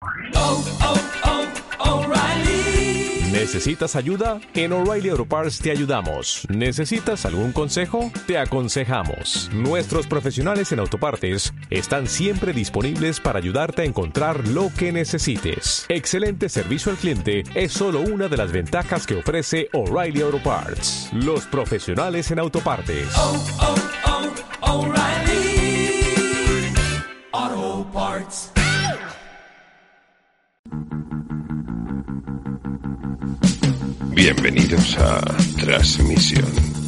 ¿Necesitas ayuda? En O'Reilly Auto Parts te ayudamos. ¿Necesitas algún consejo? Te aconsejamos. Nuestros profesionales en autopartes están siempre disponibles para ayudarte a encontrar lo que necesites. Excelente servicio al cliente es solo una de las ventajas que ofrece O'Reilly Auto Parts. Los profesionales en autopartes. O'Reilly Auto Parts. Bienvenidos a Transmisión.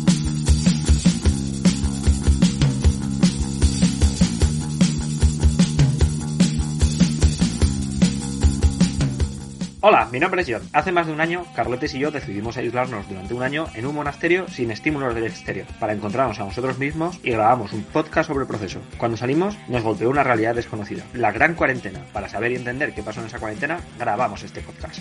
Hola, mi nombre es John. Hace más de un año, Carletes y yo decidimos aislarnos durante un año en un monasterio sin estímulos del exterior, para encontrarnos a nosotros mismos y grabamos un podcast sobre el proceso. Cuando salimos, nos golpeó una realidad desconocida, la gran cuarentena. Para saber y entender qué pasó en esa cuarentena, grabamos este podcast.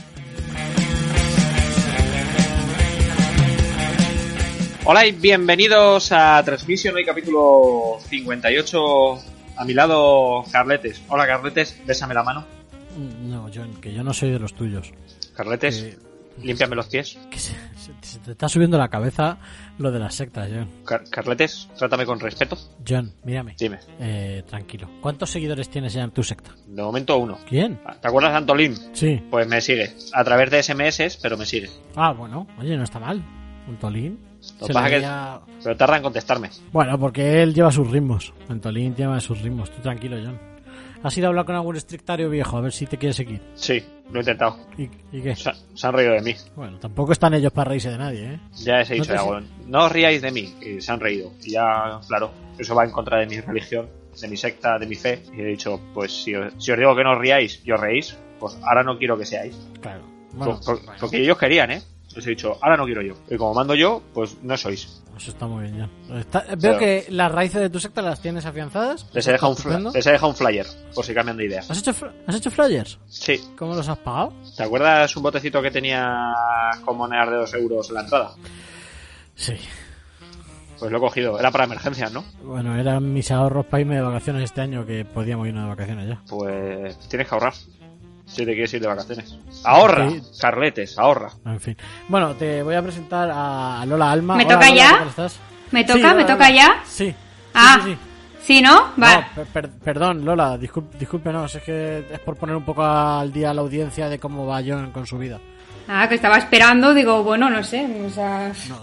Hola y bienvenidos a Transmisión, hoy capítulo 58. A mi lado, Carletes. Hola, Carletes, bésame la mano. No, John, que yo no soy de los tuyos. Carletes, límpiame los pies. Que se te está subiendo la cabeza lo de las sectas, John. Carletes, trátame con respeto. John, mírame. Dime. Tranquilo. ¿Cuántos seguidores tienes ya en tu secta? De momento uno. ¿Quién? ¿Te acuerdas de Antolín? Sí. Pues me sigue. A través de SMS, pero me sigue. Ah, bueno. Oye, no está mal. Antolín. Lo que pasa que... Pero tarda en contestarme. Bueno, porque él lleva sus ritmos. Antolín lleva sus ritmos. Tú tranquilo, John. ¿Has ido a hablar con algún estrictario viejo? A ver si te quiere seguir. Sí, lo he intentado. ¿Y qué? Se han reído de mí. Bueno, tampoco están ellos para reírse de nadie, ¿eh? Ya les he dicho algo. No os riáis de mí, y se han reído. Y ya, claro, eso va en contra de mi religión, de mi secta, de mi fe. Y he dicho, pues si os digo que no os riáis y os reís, pues ahora no quiero que seáis. Claro. Bueno, porque ellos querían, ¿eh? Les he dicho, ahora no quiero yo. Y como mando yo, pues no sois. Eso está muy bien, ya. Veo que las raíces de tu secta las tienes afianzadas. Les he dejado un flyer, por si cambian de idea. ¿Has hecho flyers? Sí. ¿Cómo los has pagado? ¿Te acuerdas un botecito que tenía con monedas de 2 euros en la entrada? Sí. Pues lo he cogido. Era para emergencias, ¿no? Bueno, eran mis ahorros para irme de vacaciones este año, que podíamos irnos de vacaciones ya. Pues tienes que ahorrar. Si te quieres ir de vacaciones. ¡Ahorra! Sí. Carletes, ahorra. En fin. Bueno, te voy a presentar a Lola Alma. ¿Me Hola, toca Lola, ya? ¿qué tal estás? ¿Me toca? Sí, ¿Me toca ya? Sí. Ah, sí. ¿Sí, no? Vale. No, perdón, Lola, discúlpenos, es que es por poner un poco al día a la audiencia de cómo va John con su vida. Ah, que estaba esperando, digo, bueno, no sé, o sea... No,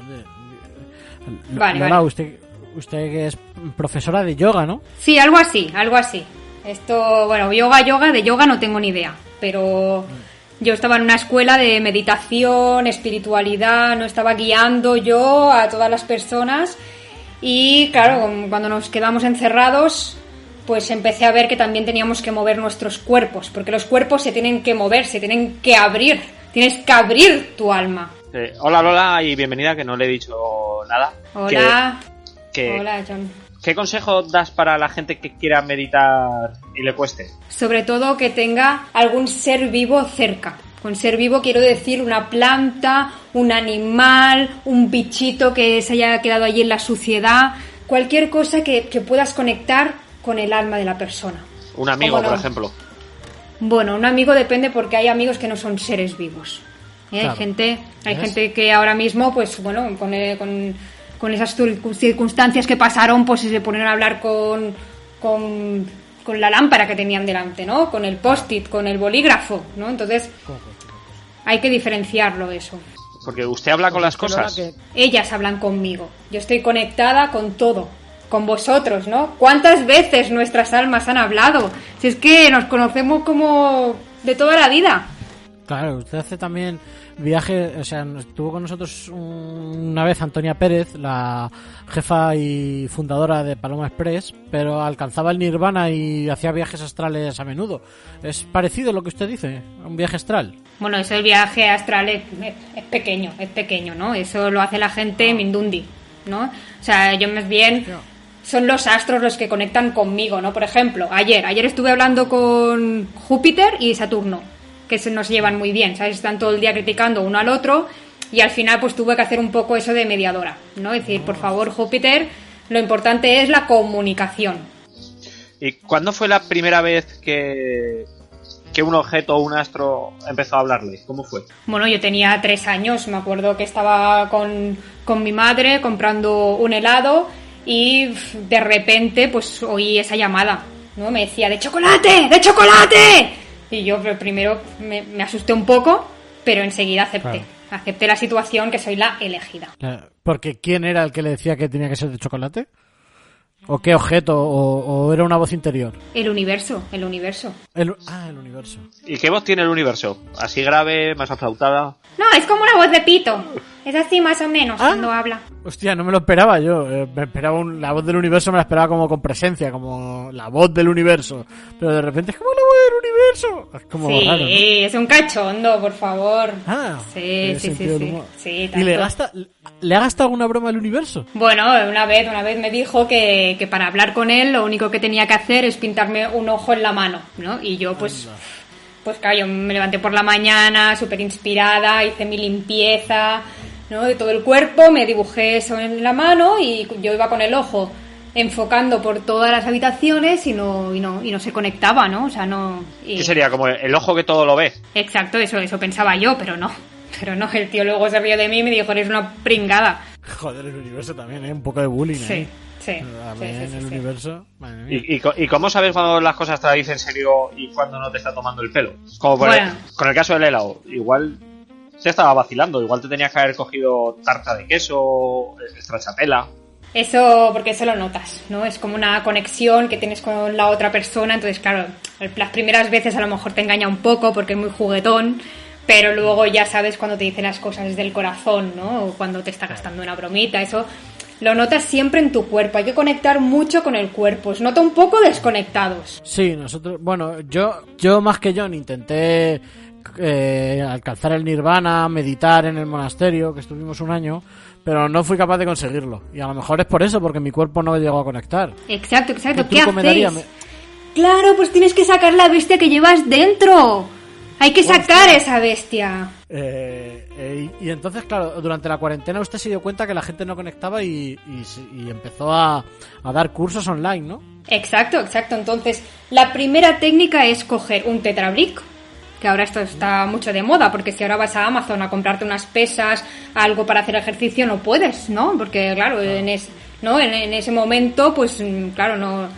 Vale, Lola, vale. Usted que es profesora de yoga, ¿no? Sí, algo así. Esto, bueno, de yoga no tengo ni idea, pero yo estaba en una escuela de meditación, espiritualidad, no estaba guiando yo a todas las personas y claro, cuando nos quedamos encerrados, pues empecé a ver que también teníamos que mover nuestros cuerpos, porque los cuerpos se tienen que mover, se tienen que abrir, tienes que abrir tu alma. Hola Lola y bienvenida, que no le he dicho nada. Hola. Hola, John. ¿Qué consejo das para la gente que quiera meditar y le cueste? Sobre todo que tenga algún ser vivo cerca. Con ser vivo quiero decir una planta, un animal, un bichito que se haya quedado allí en la suciedad. Cualquier cosa que puedas conectar con el alma de la persona. Un amigo, por ejemplo. Bueno, un amigo depende porque hay amigos que no son seres vivos. Claro. Hay gente que ahora mismo, pues bueno, con esas circunstancias que pasaron, pues se ponen a hablar con la lámpara que tenían delante, ¿no? Con el post-it, con el bolígrafo, ¿no? Entonces, hay que diferenciarlo eso. Porque usted habla con las cosas. Ellas hablan conmigo. Yo estoy conectada con todo. Con vosotros, ¿no? ¿Cuántas veces nuestras almas han hablado? Si es que nos conocemos como de toda la vida. Claro, usted hace también viajes, o sea, estuvo con nosotros una vez Antonia Pérez, la jefa y fundadora de Paloma Express, pero alcanzaba el nirvana y hacía viajes astrales a menudo. ¿Es parecido lo que usted dice, un viaje astral? Bueno, eso el viaje astral es pequeño, ¿no? Eso lo hace la gente mindundi, ¿no? O sea, yo más bien... Son los astros los que conectan conmigo, ¿no? Por ejemplo, ayer estuve hablando con Júpiter y Saturno, que se nos llevan muy bien, ¿sabes? Están todo el día criticando uno al otro y al final pues tuve que hacer un poco eso de mediadora, ¿no? Es decir, por favor, Júpiter, lo importante es la comunicación. ¿Y cuándo fue la primera vez que que un objeto o un astro empezó a hablarle? ¿Cómo fue? Bueno, yo tenía 3 años, me acuerdo que estaba con mi madre comprando un helado y de repente pues oí esa llamada, ¿no? Me decía, ¡de chocolate! ¡De chocolate! Y yo primero me asusté un poco, pero enseguida acepté. Claro. Acepté la situación, que soy la elegida. Porque ¿quién era el que le decía que tenía que ser de chocolate? ¿O qué objeto? ¿O era una voz interior? El universo, el universo. El universo. ¿Y qué voz tiene el universo? ¿Así grave, más aflautada? No, es como una voz de pito. Es así más o menos cuando habla. Hostia, no me lo esperaba yo. Me esperaba la voz del universo, me la esperaba como con presencia, como la voz del universo. Pero de repente es como la voz del universo. Es como Sí, raro, ¿no? es un cachondo, por favor. Sí. Sí. Sí, ¿Y le tanto. ha gastado alguna broma al universo? Bueno, una vez me dijo que para hablar con él lo único que tenía que hacer es pintarme un ojo en la mano, ¿no? Y yo pues claro, yo me levanté por la mañana súper inspirada, hice mi limpieza, ¿no? De todo el cuerpo, me dibujé eso en la mano y yo iba con el ojo enfocando por todas las habitaciones y no se conectaba, ¿no? O sea, no... ¿Qué sería? ¿Como el ojo que todo lo ve? Exacto, eso pensaba yo, pero no, el tío luego se rió de mí y me dijo, eres una pringada. Joder, el universo también, ¿eh? Un poco de bullying, ¿eh? Sí. El universo... Madre mía. ¿Y cómo sabes cuando las cosas te las dicen en serio y cuando no te está tomando el pelo? Como con el caso del helado. Igual se estaba vacilando, igual te tenías que haber cogido tarta de queso, stracciatella. Eso, porque eso lo notas, ¿no? Es como una conexión que tienes con la otra persona, entonces claro, las primeras veces a lo mejor te engaña un poco porque es muy juguetón, pero luego ya sabes cuando te dice las cosas desde el corazón, ¿no? O cuando te está gastando una bromita, eso lo notas siempre en tu cuerpo, hay que conectar mucho con el cuerpo, se nota un poco desconectados. Sí, nosotros, bueno, yo más que John intenté alcanzar el nirvana, meditar en el monasterio, que estuvimos un año, pero no fui capaz de conseguirlo. Y a lo mejor es por eso, porque mi cuerpo no llegó a conectar. Exacto. ¿Qué truco me daría? hacéis? Claro, pues tienes que sacar la bestia que llevas dentro. Hay que sacar esa bestia. Y entonces, claro, durante la cuarentena usted se dio cuenta que la gente no conectaba y empezó a dar cursos online, ¿no? Exacto. Entonces, la primera técnica es coger un tetrabrick, que ahora esto está mucho de moda, porque si ahora vas a Amazon a comprarte unas pesas, algo para hacer ejercicio, no puedes, ¿no? Porque, claro, en ese momento, pues, claro,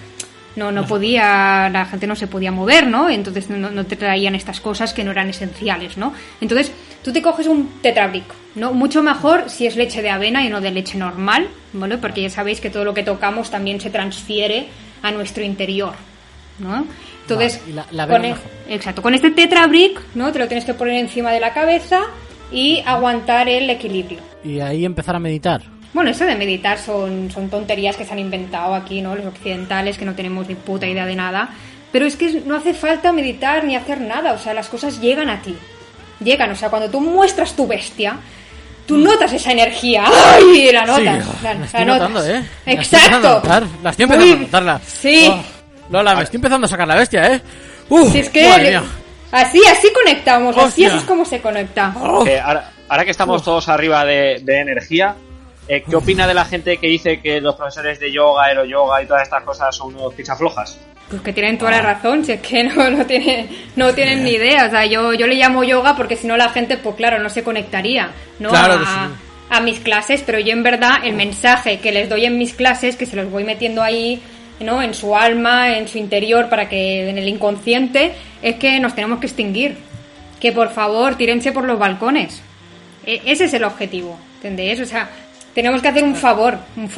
no podía, la gente no se podía mover, ¿no? Entonces no te traían estas cosas que no eran esenciales, ¿no? Entonces, tú te coges un tetrabrick, ¿no? Mucho mejor si es leche de avena y no de leche normal, ¿vale? Porque ya sabéis que todo lo que tocamos también se transfiere a nuestro interior, ¿no? Entonces, vale, con este tetrabrick, ¿no? Te lo tienes que poner encima de la cabeza y aguantar el equilibrio. Y ahí empezar a meditar. Bueno, eso de meditar son tonterías que se han inventado aquí, ¿no? Los occidentales, que no tenemos ni puta idea de nada. Pero es que no hace falta meditar ni hacer nada, o sea, las cosas llegan a ti. Llegan, o sea, cuando tú muestras tu bestia, tú notas esa energía. ¡Ay! La notas. Sí, la estoy notas. notando, ¿eh? Exacto. La estoy empezando a notarla. Sí. Lola, me estoy empezando a sacar la bestia, ¿eh? Si es que así conectamos, Hostia. así es como se conecta. Ahora que estamos todos arriba de energía, ¿qué opina de la gente que dice que los profesores de yoga, aeroyoga y todas estas cosas son unos pichaflojas? Pues que tienen toda la razón, si es que no tienen ni idea. O sea, yo le llamo yoga porque si no la gente, pues claro, no se conectaría, ¿no? Claro que sí. A mis clases, pero yo en verdad el mensaje que les doy en mis clases, que se los voy metiendo ahí, ¿no? En su alma, en su interior, para que en el inconsciente, es que nos tenemos que extinguir. Que por favor, tírense por los balcones. Ese es el objetivo, ¿entendés? O sea, tenemos que hacer un favor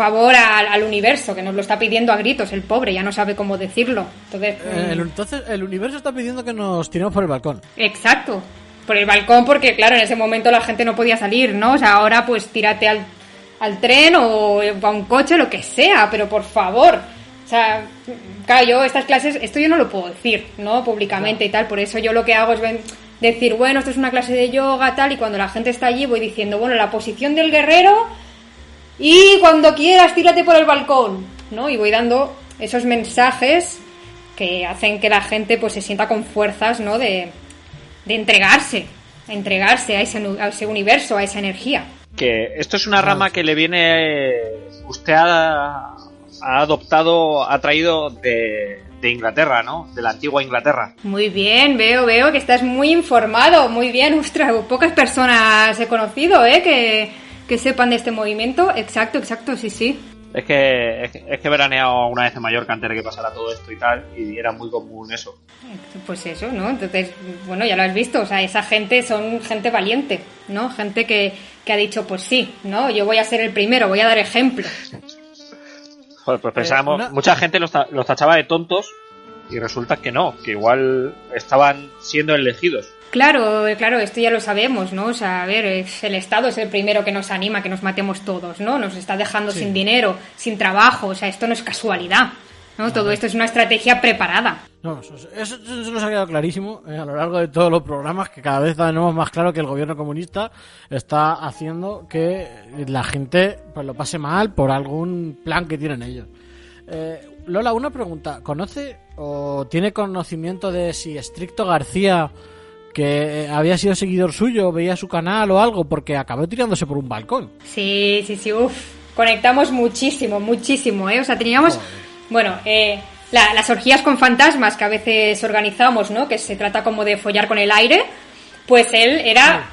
al universo, que nos lo está pidiendo a gritos, el pobre, ya no sabe cómo decirlo. Entonces, el universo está pidiendo que nos tiremos por el balcón. Exacto, por el balcón, porque claro, en ese momento la gente no podía salir, ¿no? O sea, ahora pues tírate al tren o a un coche, lo que sea, pero por favor. O sea, claro, yo estas clases, esto yo no lo puedo decir, ¿no? Públicamente y tal, por eso yo lo que hago es decir, bueno, esto es una clase de yoga, tal, y cuando la gente está allí voy diciendo, bueno, la posición del guerrero y cuando quieras tírate por el balcón, ¿no? Y voy dando esos mensajes que hacen que la gente pues se sienta con fuerzas, ¿no? De entregarse a ese universo, a esa energía. Que esto es una rama que le viene... Usted ha adoptado, ha traído de Inglaterra, ¿no? De la antigua Inglaterra. Muy bien, veo que estás muy informado, muy bien. Ostras, pocas personas he conocido, que sepan de este movimiento. Exacto, sí. Es que he veraneado una vez en Mallorca antes de que pasara todo esto y tal, y era muy común eso. Pues eso, ¿no? Entonces, bueno, ya lo has visto, o sea, esa gente son gente valiente, ¿no? Gente que ha dicho, pues sí, ¿no? Yo voy a ser el primero, voy a dar ejemplo. Joder, pues pensábamos, mucha gente los tachaba de tontos y resulta que no, que igual estaban siendo elegidos. Claro, esto ya lo sabemos, ¿no? O sea, a ver, el Estado es el primero que nos anima, que nos matemos todos, ¿no? Nos está dejando sin dinero, sin trabajo, o sea, esto no es casualidad, ¿no? Todo esto es una estrategia preparada. No, eso nos ha quedado clarísimo a lo largo de todos los programas, que cada vez tenemos más claro que el gobierno comunista está haciendo que la gente pues lo pase mal por algún plan que tienen ellos. Lola, una pregunta, ¿conoce o tiene conocimiento de si Stricto García, que había sido seguidor suyo, veía su canal o algo, porque acabó tirándose por un balcón? Sí, conectamos muchísimo, o sea, teníamos, las orgías con fantasmas que a veces organizamos, ¿no? Que se trata como de follar con el aire, pues él era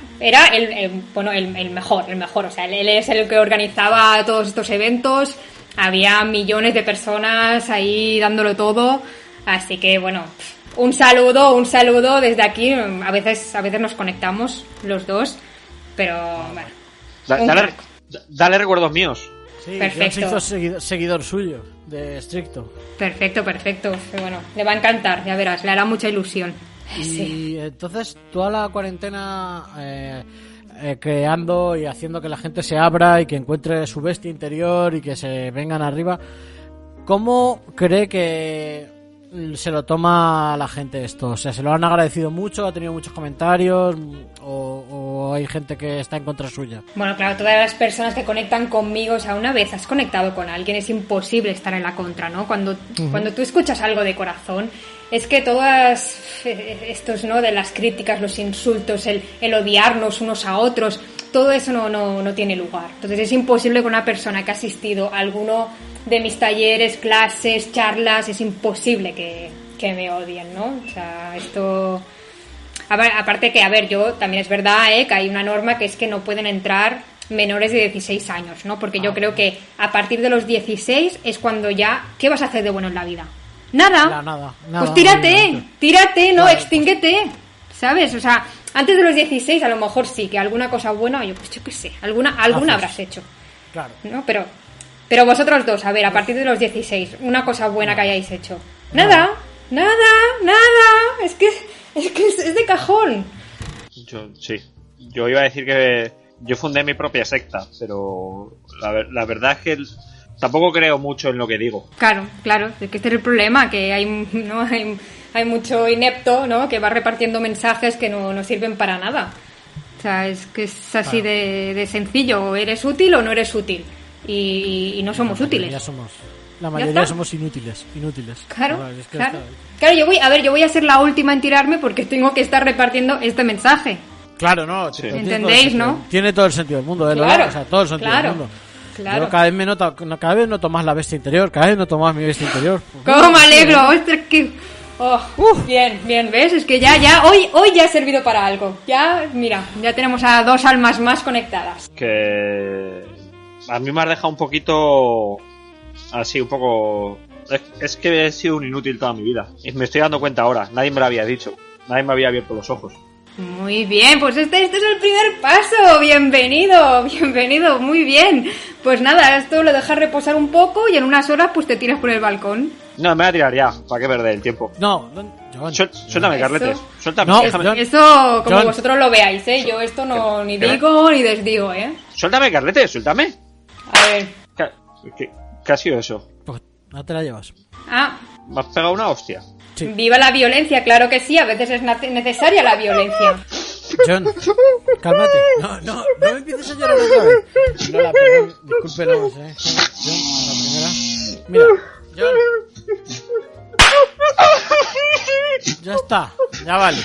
el mejor, o sea, él es el que organizaba todos estos eventos, había millones de personas ahí dándolo todo, así que bueno, un saludo desde aquí. A veces nos conectamos los dos, pero bueno. Dale recuerdos míos. Sí, perfecto. Se hizo seguidor suyo de Stricto. Perfecto. Bueno, le va a encantar, ya verás, le hará mucha ilusión. Y sí. Entonces, toda la cuarentena creando y haciendo que la gente se abra y que encuentre su bestia interior y que se vengan arriba, ¿cómo cree que se lo toma la gente esto? O sea, ¿se lo han agradecido mucho? ¿Ha tenido muchos comentarios? ¿O hay gente que está en contra suya? Bueno, claro, todas las personas que conectan conmigo, o sea, una vez has conectado con alguien es imposible estar en la contra, ¿no? Cuando tú escuchas algo de corazón, es que todas estos, ¿no? De las críticas, los insultos, el odiarnos unos a otros, todo eso no tiene lugar. Entonces es imposible que una persona que ha asistido a alguno de mis talleres, clases, charlas, es imposible que me odien, ¿no? O sea, esto... Aparte que, a ver, yo también es verdad, que hay una norma que es que no pueden entrar menores de 16 años, ¿no? Porque yo creo que a partir de los 16 es cuando ya... ¿Qué vas a hacer de bueno en la vida? Nada. Pues tírate, ¿no? Extínguete, ¿sabes? O sea, antes de los 16 a lo mejor sí, que alguna cosa buena, yo qué sé, alguna habrás hecho. Claro. ¿No? Pero vosotros dos, a ver, a partir de los 16, una cosa buena que hayáis hecho. Nada. Es que es de cajón. Yo iba a decir que yo fundé mi propia secta, pero la verdad es que tampoco creo mucho en lo que digo. Claro, es que este es el problema, que hay mucho inepto, ¿no? Que va repartiendo mensajes que no sirven para nada. O sea, es que es así de sencillo, o eres útil o no eres útil. Y no somos útiles. La mayoría somos inútiles. Claro. Claro, yo voy a ser la última en tirarme porque tengo que estar repartiendo este mensaje. Claro, no. Sí. ¿Entendéis, no? Tiene todo el sentido del mundo, claro, o sea, todo el sentido del mundo. Claro. Yo cada vez noto más la bestia interior, cada vez noto más mi bestia interior. ¡Cómo me alegro! ¡Ostras, que... Bien, ¿ves? Es que ya hoy ya ha servido para algo. Ya, mira, ya tenemos a dos almas más conectadas. Que a mí me ha dejado un poquito así, un poco... Es que he sido un inútil toda mi vida. Y me estoy dando cuenta ahora. Nadie me lo había dicho. Nadie me había abierto los ojos. Muy bien, pues este es el primer paso. Bienvenido, muy bien. Pues nada, esto lo dejas reposar un poco y en unas horas pues te tiras por el balcón. No, me voy a tirar ya. ¿Para qué perder el tiempo? No, John. Suéltame, Carletes. Suéltame. No, déjame. Eso, como John, vosotros lo veáis, ¿eh? Yo esto no ni digo ni desdigo, ¿eh? Suéltame, Carletes, suéltame. A ver. ¿Qué ha sido eso? Pues no te la llevas. ¿Me has pegado una hostia? Sí. Viva la violencia, claro que sí, a veces es necesaria la violencia. John, cálmate. No me empieces a llorar otra vez. No, perdón, discúlpenos, John, la primera. Mira, John. Ya está, ya vale.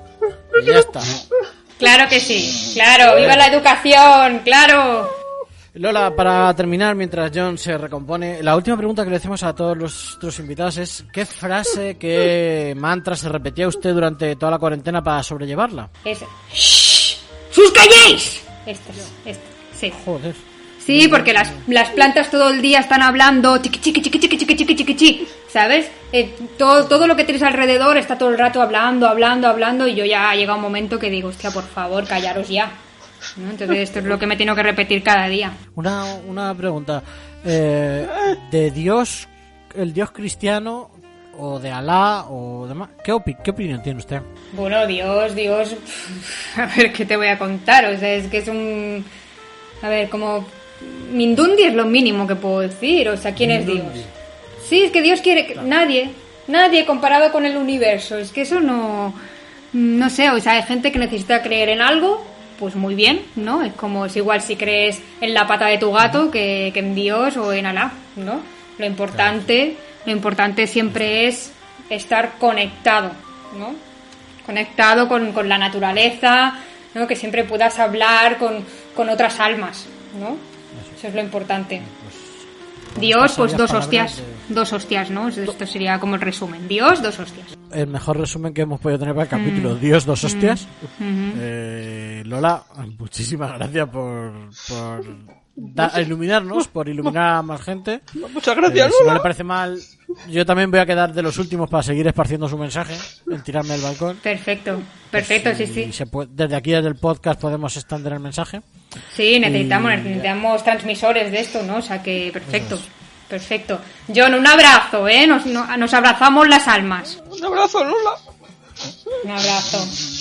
Y ya está. Claro que sí, claro, viva la educación, claro. Lola, para terminar, mientras John se recompone, la última pregunta que le hacemos a todos nuestros invitados es ¿qué frase, qué mantra se repetía usted durante toda la cuarentena para sobrellevarla? Es ¡shh! ¡Sus calléis! Esto, sí. Joder. Sí, porque las plantas todo el día están hablando chiqui, chiqui, chiqui, chiqui, chiqui, chiqui, chiqui, chiqui, ¿sabes? Todo lo que tienes alrededor está todo el rato hablando, y yo ya ha llegado un momento que digo, hostia, por favor, callaros ya, ¿no? Entonces esto es lo que me tengo que repetir cada día. Una pregunta. ¿De Dios, el Dios cristiano o de Alá o demás? ¿Qué opinión tiene usted? Bueno, Dios, a ver, ¿qué te voy a contar? O sea, es que es un... A ver, como... Mindundi es lo mínimo que puedo decir. O sea, ¿quién es Dios? Sí, es que Dios quiere... Nadie comparado con el universo. Es que eso no sé, o sea, hay gente que necesita creer en algo, pues muy bien, ¿no? Es igual si crees en la pata de tu gato que en Dios o en Alá, ¿no? Lo importante siempre es estar conectado, ¿no? Conectado con la naturaleza, ¿no? Que siempre puedas hablar con otras almas, ¿no? Eso es lo importante. Dios, pues 2 hostias. 2 hostias, ¿no? Esto sería como el resumen. Dios, 2 hostias. El mejor resumen que hemos podido tener para el capítulo. Dios, 2 hostias. Lola, muchísimas gracias por iluminarnos, por iluminar a más gente. Muchas gracias, si no le parece mal, yo también voy a quedar de los últimos para seguir esparciendo su mensaje, en tirarme del balcón. Perfecto, Pues sí. Desde aquí, desde el podcast, podemos extender el mensaje. Sí, necesitamos transmisores de esto, ¿no? O sea que perfecto. John, un abrazo, ¿eh? Nos abrazamos las almas. Un abrazo, Lola. Un abrazo.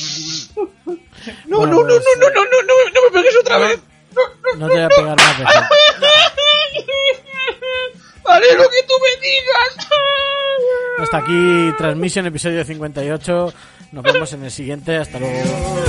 No me pegues otra vez. No te voy a pegar más veces. Haré lo que tú me digas. Hasta aquí, Transmission, episodio 58. Nos vemos en el siguiente. Hasta luego.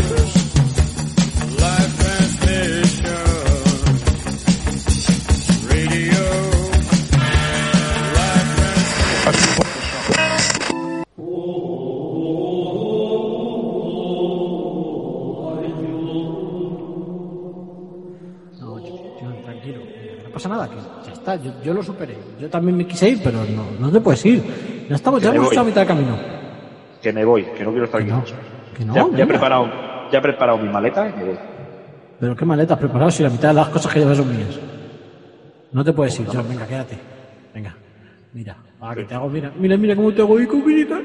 No pasa nada, que ya está, yo lo superé. Yo también me quise ir, pero no te puedes ir. Ya hemos estado a mitad de camino. Que me voy, que no quiero estar aquí. Ya he preparado mi maleta y me voy. ¿Pero qué maleta has preparado si la mitad de las cosas que llevas son mías? No te puedes ir, John, venga, quédate. Venga, mira, que te hago, mira cómo te hago con mira,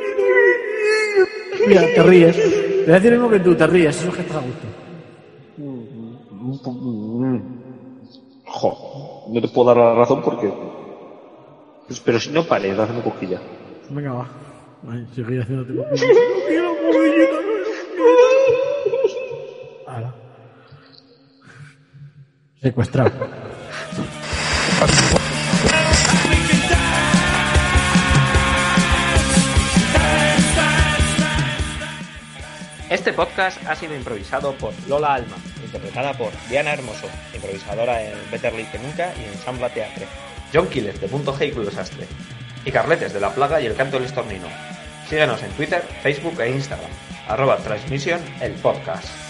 te ríes. Te voy a decir algo que tú te ríes, eso es que estás a gusto. No te puedo dar la razón porque... Pero si no pares de hacerme cosquilla. Venga, va. Ay, seguir haciéndote cosquilla. Ahora. Secuestrado. Este podcast ha sido improvisado por Lola Alma, interpretada por Diana Hermoso, improvisadora en Better Late que Nunca y en Sambla Teatre, John Quiles de Punto G y Club Desastre, y Carletes de La Plaga y El Canto del Estornino. Síguenos en Twitter, Facebook e Instagram, @Transmission el podcast.